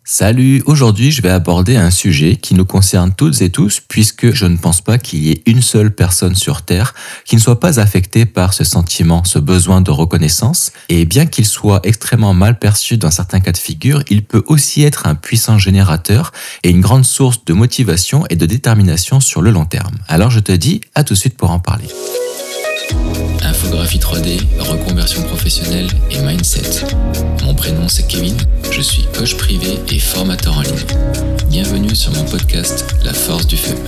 Salut, aujourd'hui je vais aborder un sujet qui nous concerne toutes et tous puisque je ne pense pas qu'il y ait une seule personne sur Terre qui ne soit pas affectée par ce sentiment, ce besoin de reconnaissance. Et bien qu'il soit extrêmement mal perçu dans certains cas de figure, il peut aussi être un puissant générateur et une grande source de motivation et de détermination sur le long terme. Alors je te dis à tout de suite pour en parler. Infographie 3D, reconversion professionnelle et mindset. Mon prénom c'est Kevin, je suis coach privé et formateur en ligne. Bienvenue sur mon podcast La Force du Feu.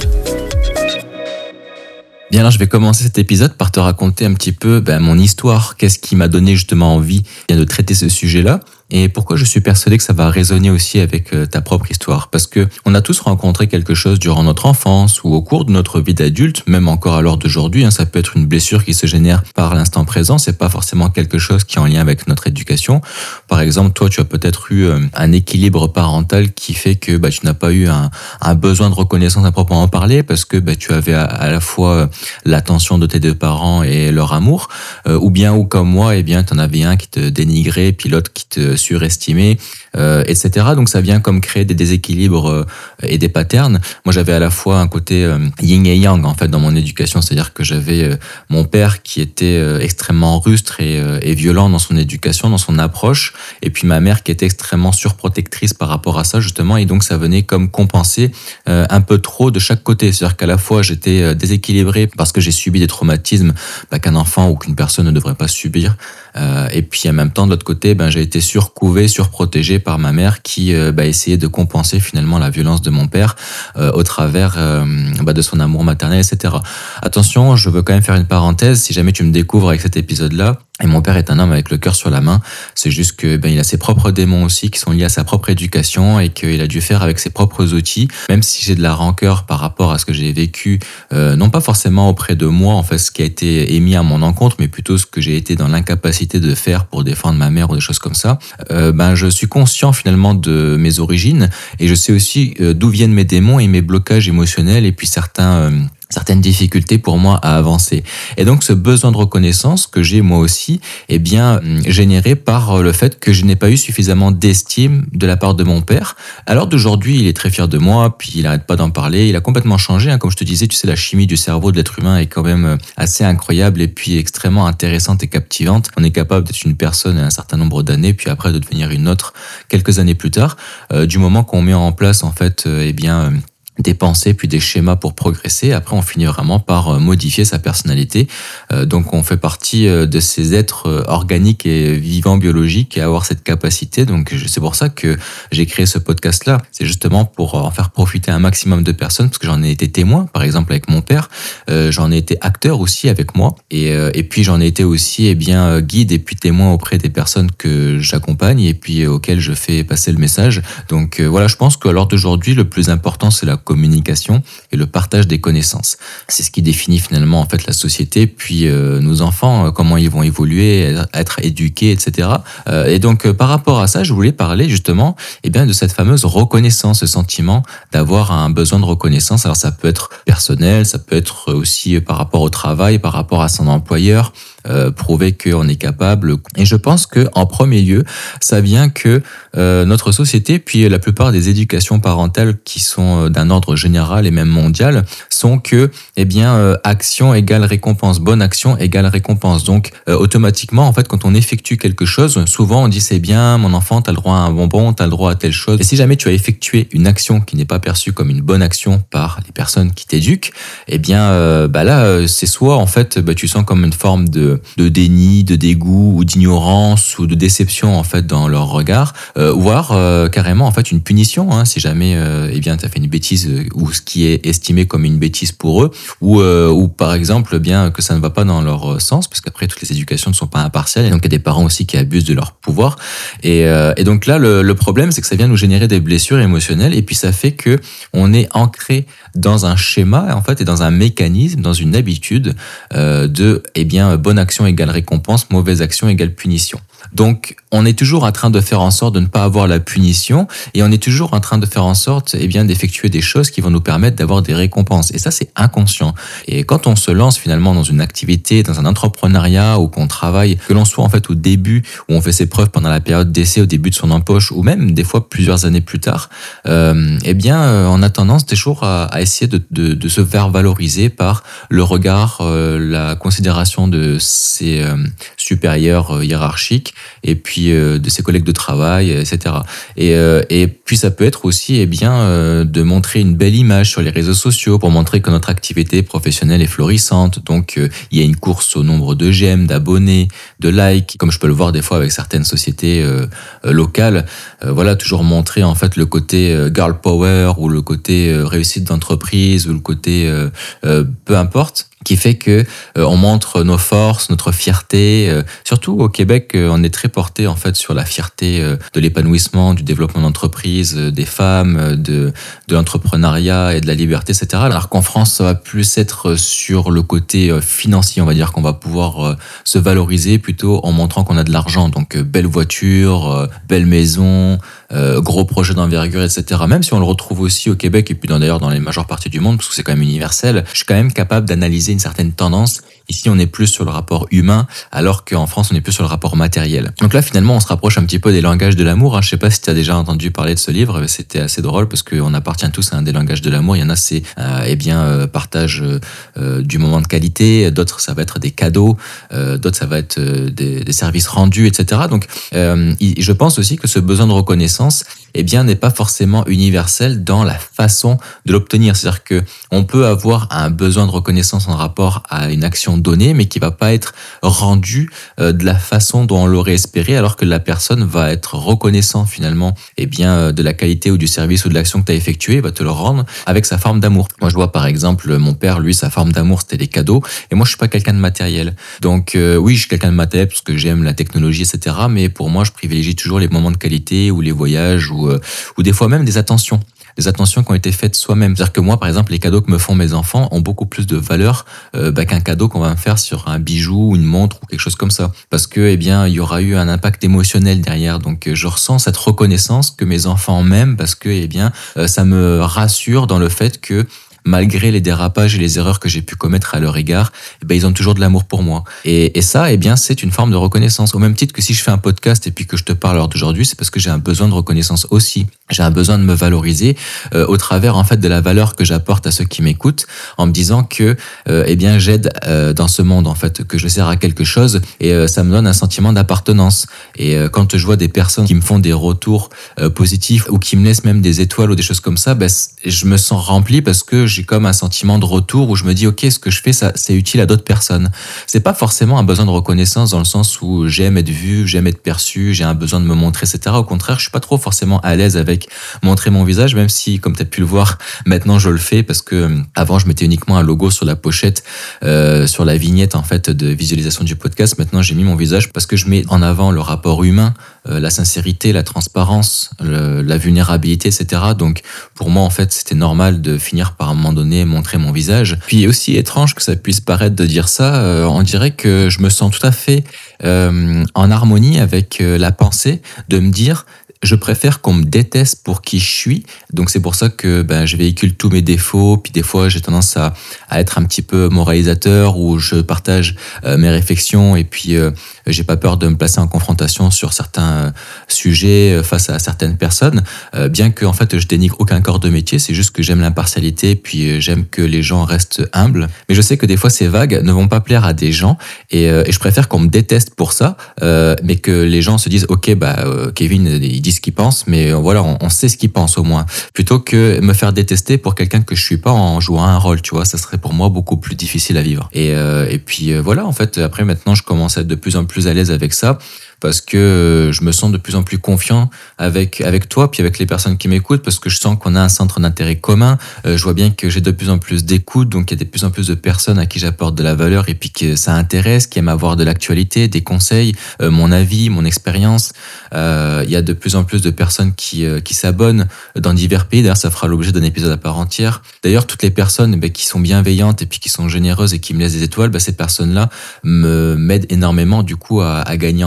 Bien alors je vais commencer cet épisode par te raconter un petit peu mon histoire, qu'est-ce qui m'a donné justement envie de traiter ce sujet-là. Et pourquoi je suis persuadé que ça va résonner aussi avec ta propre histoire. Parce que on a tous rencontré quelque chose durant notre enfance ou au cours de notre vie d'adulte, même encore à l'heure d'aujourd'hui. Ça peut être une blessure qui se génère par l'instant présent. C'est pas forcément quelque chose qui est en lien avec notre éducation. Par exemple, toi, tu as peut-être eu un équilibre parental qui fait que tu n'as pas eu un besoin de reconnaissance à proprement parler parce que tu avais à la fois l'attention de tes deux parents et leur amour, ou comme moi, tu en avais un qui te dénigrait, puis l'autre qui te surestimé, etc. Donc ça vient comme créer des déséquilibres et des patterns. Moi j'avais à la fois un côté yin et yang en fait dans mon éducation, c'est-à-dire que j'avais mon père qui était extrêmement rustre et violent dans son éducation, dans son approche, et puis ma mère qui était extrêmement surprotectrice par rapport à ça justement, et donc ça venait comme compenser un peu trop de chaque côté. C'est-à-dire qu'à la fois j'étais déséquilibré parce que j'ai subi des traumatismes qu'un enfant ou qu'une personne ne devrait pas subir, et puis en même temps de l'autre côté j'ai été surcouvé, surprotégé par ma mère qui essayait de compenser finalement la violence de mon père au travers de son amour maternel, etc. Attention, je veux quand même faire une parenthèse, si jamais tu me découvres avec cet épisode-là, et mon père est un homme avec le cœur sur la main, c'est juste que il a ses propres démons aussi qui sont liés à sa propre éducation et qu'il a dû faire avec ses propres outils, même si j'ai de la rancœur par rapport à ce que j'ai vécu, non pas forcément auprès de moi, en fait, ce qui a été émis à mon encontre, mais plutôt ce que j'ai été dans l'incapacité de faire pour défendre ma mère ou des choses comme ça. Je suis conscient finalement de mes origines et je sais aussi d'où viennent mes démons et mes blocages émotionnels et puis certaines difficultés pour moi à avancer. Et donc ce besoin de reconnaissance que j'ai moi aussi généré par le fait que je n'ai pas eu suffisamment d'estime de la part de mon père. Alors d'aujourd'hui, il est très fier de moi, puis il n'arrête pas d'en parler, il a complètement changé, comme je te disais, tu sais, la chimie du cerveau de l'être humain est quand même assez incroyable et puis extrêmement intéressante et captivante. On est capable d'être une personne à un certain nombre d'années, puis après de devenir une autre quelques années plus tard, du moment qu'on met en place en fait des pensées puis des schémas pour progresser. Après, on finit vraiment par modifier sa personnalité. Donc, on fait partie de ces êtres organiques et vivants biologiques et avoir cette capacité. Donc, c'est pour ça que j'ai créé ce podcast-là. C'est justement pour en faire profiter un maximum de personnes parce que j'en ai été témoin, par exemple avec mon père. J'en ai été acteur aussi avec moi. Et puis, j'en ai été aussi guide et puis témoin auprès des personnes que j'accompagne et puis auxquelles je fais passer le message. Donc, voilà, je pense qu'à l'heure d'aujourd'hui, le plus important, c'est la communication et le partage des connaissances. C'est ce qui définit finalement en fait la société, puis nos enfants, comment ils vont évoluer, être éduqués, etc. Et donc par rapport à ça, je voulais parler justement de cette fameuse reconnaissance, ce sentiment d'avoir un besoin de reconnaissance. Alors ça peut être personnel, ça peut être aussi par rapport au travail, par rapport à son employeur, prouver qu'on est capable. Et je pense que en premier lieu, ça vient que notre société, puis la plupart des éducations parentales qui sont d'un ordre général et même mondial, sont que action égale récompense, bonne action égale récompense. Donc automatiquement, en fait, quand on effectue quelque chose, souvent on dit c'est bien, mon enfant, t'as le droit à un bonbon, t'as le droit à telle chose. Et si jamais tu as effectué une action qui n'est pas perçue comme une bonne action par les personnes qui t'éduquent, là, c'est soit en fait, tu sens comme une forme de déni, de dégoût ou d'ignorance ou de déception en fait dans leur regard, voire carrément en fait une punition, si jamais t'as fait une bêtise ou ce qui est estimé comme une bêtise pour eux, ou par exemple que ça ne va pas dans leur sens, parce qu'après toutes les éducations ne sont pas impartiales et donc il y a des parents aussi qui abusent de leur pouvoir et donc là le problème c'est que ça vient nous générer des blessures émotionnelles et puis ça fait que on est ancré dans un schéma en fait et dans un mécanisme, dans une habitude de bonne action égale récompense, mauvaise action égale punition. Donc, on est toujours en train de faire en sorte de ne pas avoir la punition et on est toujours en train de faire en sorte, d'effectuer des choses qui vont nous permettre d'avoir des récompenses. Et ça, c'est inconscient. Et quand on se lance finalement dans une activité, dans un entrepreneuriat ou qu'on travaille, que l'on soit en fait au début, où on fait ses preuves pendant la période d'essai, au début de son embauche ou même des fois plusieurs années plus tard, on a tendance toujours à essayer de se faire valoriser par le regard, la considération de ses supérieurs hiérarchiques et puis de ses collègues de travail, etc. Et puis ça peut être aussi de montrer une belle image sur les réseaux sociaux pour montrer que notre activité professionnelle est florissante. Donc il y a une course au nombre de j'aime, d'abonnés, de likes, comme je peux le voir des fois avec certaines sociétés locales. Toujours montrer en fait le côté girl power ou le côté réussite d'entreprise ou le côté peu importe, qui fait que on montre nos forces, notre fierté. Surtout au Québec, on est très porté en fait sur la fierté de l'épanouissement, du développement d'entreprise, des femmes, de l'entrepreneuriat et de la liberté, etc. Alors qu'en France, ça va plus être sur le côté financier, on va dire qu'on va pouvoir se valoriser plutôt en montrant qu'on a de l'argent. Donc belle voiture, belle maison, gros projet d'envergure, etc. Même si on le retrouve aussi au Québec et puis d'ailleurs dans les majeures parties du monde, parce que c'est quand même universel, je suis quand même capable d'analyser une certaine tendance. Ici, on est plus sur le rapport humain, alors qu'en France, on est plus sur le rapport matériel. Donc là, finalement, on se rapproche un petit peu des langages de l'amour. Je sais pas si tu as déjà entendu parler de ce livre, c'était assez drôle parce qu'on appartient tous à un des langages de l'amour. Il y en a, c'est partage du moment de qualité, d'autres, ça va être des cadeaux, d'autres, ça va être des services rendus, etc. Donc, je pense aussi que ce besoin de reconnaissance, n'est pas forcément universel dans la façon de l'obtenir. C'est-à-dire que on peut avoir un besoin de reconnaissance en rapport à une action donnée, mais qui va pas être rendu de la façon dont on l'aurait espéré, alors que la personne va être reconnaissant finalement, de la qualité ou du service ou de l'action que tu as effectuée, va te le rendre avec sa forme d'amour. Moi, je vois par exemple mon père, lui, sa forme d'amour, c'était les cadeaux, et moi, je suis pas quelqu'un de matériel. Donc oui, je suis quelqu'un de matériel parce que j'aime la technologie, etc. Mais pour moi, je privilégie toujours les moments de qualité ou les voyages ou des fois même des attentions qui ont été faites soi-même. C'est-à-dire que moi, par exemple, les cadeaux que me font mes enfants ont beaucoup plus de valeur qu'un cadeau qu'on va me faire sur un bijou, une montre ou quelque chose comme ça. Parce que, il y aura eu un impact émotionnel derrière. Donc, je ressens cette reconnaissance que mes enfants m'aiment parce que, ça me rassure dans le fait que malgré les dérapages et les erreurs que j'ai pu commettre à leur égard, ils ont toujours de l'amour pour moi. Et ça, c'est une forme de reconnaissance. Au même titre que si je fais un podcast et puis que je te parle d'aujourd'hui, c'est parce que j'ai un besoin de reconnaissance aussi. J'ai un besoin de me valoriser au travers en fait de la valeur que j'apporte à ceux qui m'écoutent, en me disant que j'aide dans ce monde en fait, que je sers à quelque chose et ça me donne un sentiment d'appartenance. Et quand je vois des personnes qui me font des retours positifs ou qui me laissent même des étoiles ou des choses comme ça, je me sens rempli parce que j'ai comme un sentiment de retour où je me dis ok, ce que je fais, ça c'est utile à d'autres personnes. C'est pas forcément un besoin de reconnaissance dans le sens où j'aime être vu, j'aime être perçu, j'ai un besoin de me montrer, etc. Au contraire, je suis pas trop forcément à l'aise avec montrer mon visage, même si, comme tu as pu le voir, maintenant je le fais parce que avant je mettais uniquement un logo sur la pochette, sur la vignette en fait de visualisation du podcast. Maintenant j'ai mis mon visage parce que je mets en avant le rapport humain, la sincérité, la transparence, la vulnérabilité, etc. Donc pour moi en fait c'était normal de finir par à un moment donné montrer mon visage. Puis aussi étrange que ça puisse paraître de dire ça, on dirait que je me sens tout à fait en harmonie avec la pensée de me dire je préfère qu'on me déteste pour qui je suis. Donc c'est pour ça que je véhicule tous mes défauts. Puis des fois j'ai tendance à être un petit peu moralisateur où je partage mes réflexions et puis j'ai pas peur de me placer en confrontation sur certains sujets face à certaines personnes. Bien que en fait je dénigre aucun corps de métier, c'est juste que j'aime l'impartialité puis j'aime que les gens restent humbles. Mais je sais que des fois ces vagues ne vont pas plaire à des gens et je préfère qu'on me déteste pour ça, mais que les gens se disent ok Kevin il dit ce qu'il pense, mais voilà, on sait ce qu'il pense au moins. Plutôt que me faire détester pour quelqu'un que je suis pas en jouant un rôle, tu vois, ça serait pour moi beaucoup plus difficile à vivre. Et puis voilà, en fait, après maintenant, je commence à être de plus en plus à l'aise avec ça. Parce que je me sens de plus en plus confiant avec toi, puis avec les personnes qui m'écoutent, parce que je sens qu'on a un centre d'intérêt commun. Je vois bien que j'ai de plus en plus d'écoute, donc il y a de plus en plus de personnes à qui j'apporte de la valeur et puis que ça intéresse, qui aiment avoir de l'actualité, des conseils, mon avis, mon expérience. Il y a de plus en plus de personnes qui s'abonnent dans divers pays. D'ailleurs, ça fera l'objet d'un épisode à part entière. D'ailleurs, toutes les personnes qui sont bienveillantes et puis qui sont généreuses et qui me laissent des étoiles, ces personnes-là m'aident énormément du coup à gagner en visibilité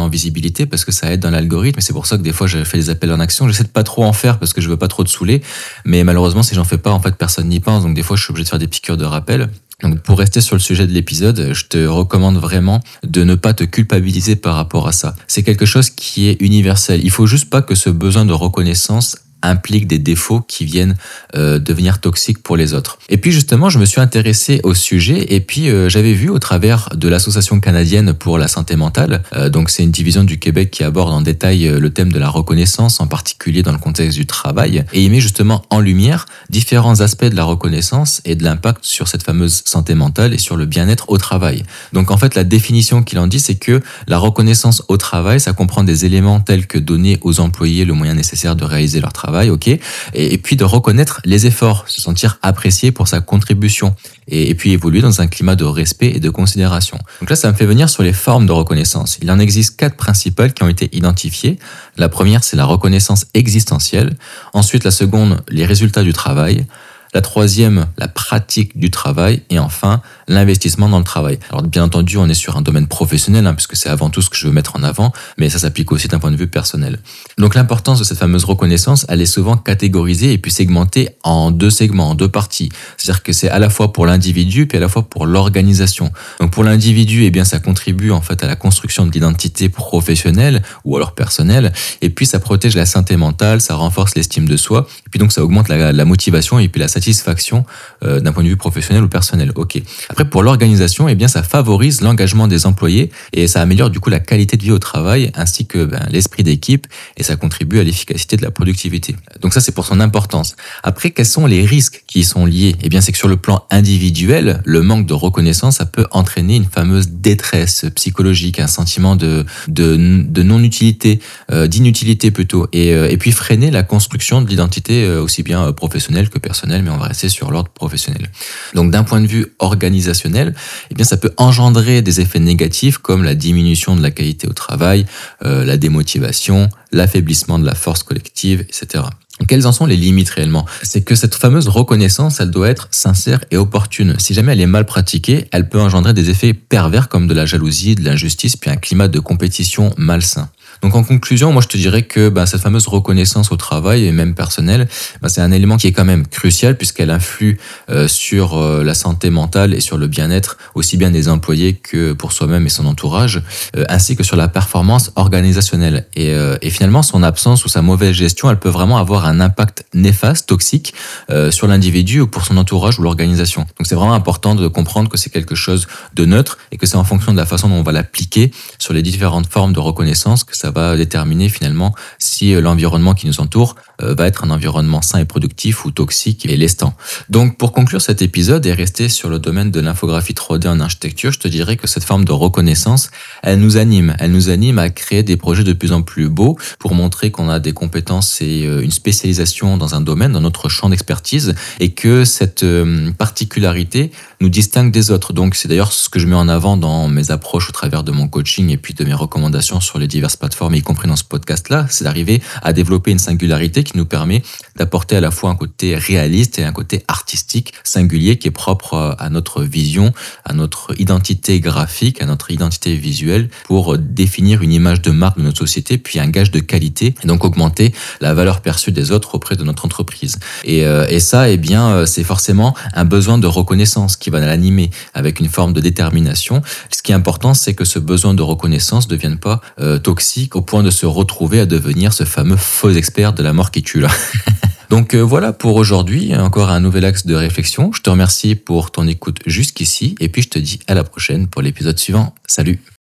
facilité parce que ça aide dans l'algorithme et c'est pour ça que des fois je fais des appels en action. J'essaie de pas trop en faire parce que je veux pas trop te saouler, mais malheureusement si j'en fais pas, en fait personne n'y pense, donc des fois je suis obligé de faire des piqûres de rappel. Donc pour rester sur le sujet de l'épisode, je te recommande vraiment de ne pas te culpabiliser par rapport à ça. C'est quelque chose qui est universel. Il faut juste pas que ce besoin de reconnaissance implique des défauts qui viennent devenir toxiques pour les autres. Et puis justement, je me suis intéressé au sujet et puis j'avais vu au travers de l'Association canadienne pour la santé mentale, donc c'est une division du Québec qui aborde en détail le thème de la reconnaissance, en particulier dans le contexte du travail, et il met justement en lumière différents aspects de la reconnaissance et de l'impact sur cette fameuse santé mentale et sur le bien-être au travail. Donc en fait, la définition qu'il en dit, c'est que la reconnaissance au travail, ça comprend des éléments tels que donner aux employés le moyen nécessaire de réaliser leur travail, ok, et puis de reconnaître les efforts, se sentir apprécié pour sa contribution, et puis évoluer dans un climat de respect et de considération. Donc là, ça me fait venir sur les formes de reconnaissance. Il en existe 4 principales qui ont été identifiées. La première, c'est la reconnaissance existentielle. Ensuite, la seconde, les résultats du travail. La troisième, la pratique du travail. Et enfin, l'investissement dans le travail. Alors bien entendu, on est sur un domaine professionnel, puisque c'est avant tout ce que je veux mettre en avant, mais ça s'applique aussi d'un point de vue personnel. Donc l'importance de cette fameuse reconnaissance, elle est souvent catégorisée et puis segmentée en 2 segments, en 2 parties. C'est-à-dire que c'est à la fois pour l'individu puis à la fois pour l'organisation. Donc pour l'individu, eh bien ça contribue en fait à la construction de l'identité professionnelle ou alors personnelle, et puis ça protège la santé mentale, ça renforce l'estime de soi, et puis donc ça augmente la motivation et puis la satisfaction d'un point de vue professionnel ou personnel. Ok. Après, pour l'organisation, eh bien, ça favorise l'engagement des employés et ça améliore du coup la qualité de vie au travail ainsi que l'esprit d'équipe et ça contribue à l'efficacité de la productivité. Donc ça, c'est pour son importance. Après, quels sont les risques qui y sont liés? Eh bien, c'est que sur le plan individuel, le manque de reconnaissance, ça peut entraîner une fameuse détresse psychologique, un sentiment de non-utilité, d'inutilité plutôt, et puis freiner la construction de l'identité aussi bien professionnelle que personnelle, mais on va rester sur l'ordre professionnel. Donc d'un point de vue organisationnel, eh bien ça peut engendrer des effets négatifs comme la diminution de la qualité au travail, la démotivation, l'affaiblissement de la force collective, etc. Quelles en sont les limites réellement? C'est que cette fameuse reconnaissance, elle doit être sincère et opportune. Si jamais elle est mal pratiquée, elle peut engendrer des effets pervers comme de la jalousie, de l'injustice, puis un climat de compétition malsain. Donc en conclusion, moi je te dirais que cette fameuse reconnaissance au travail et même personnelle, c'est un élément qui est quand même crucial puisqu'elle influe sur la santé mentale et sur le bien-être aussi bien des employés que pour soi-même et son entourage, ainsi que sur la performance organisationnelle. Et finalement, son absence ou sa mauvaise gestion, elle peut vraiment avoir un impact néfaste, toxique sur l'individu ou pour son entourage ou l'organisation. Donc c'est vraiment important de comprendre que c'est quelque chose de neutre et que c'est en fonction de la façon dont on va l'appliquer sur les différentes formes de reconnaissance que ça va déterminer finalement si l'environnement qui nous entoure va être un environnement sain et productif ou toxique et lestant. Donc pour conclure cet épisode et rester sur le domaine de l'infographie 3D en architecture, je te dirais que cette forme de reconnaissance, elle nous anime à créer des projets de plus en plus beaux pour montrer qu'on a des compétences et une spécialisation dans un domaine, dans notre champ d'expertise, et que cette particularité nous distingue des autres. Donc c'est d'ailleurs ce que je mets en avant dans mes approches au travers de mon coaching et puis de mes recommandations sur les diverses plateformes, y compris dans ce podcast-là, c'est d'arriver à développer une singularité qui nous permet d'apporter à la fois un côté réaliste et un côté artistique singulier qui est propre à notre vision, à notre identité graphique, à notre identité visuelle pour définir une image de marque de notre société, puis un gage de qualité et donc augmenter la valeur perçue des autres auprès de notre entreprise. Et ça, eh bien, c'est forcément un besoin de reconnaissance qui va l'animer avec une forme de détermination. Ce qui est important, c'est que ce besoin de reconnaissance ne devienne pas toxique au point de se retrouver à devenir ce fameux faux expert de la mort qui tue là. Donc voilà pour aujourd'hui, encore un nouvel axe de réflexion. Je te remercie pour ton écoute jusqu'ici et puis je te dis à la prochaine pour l'épisode suivant. Salut!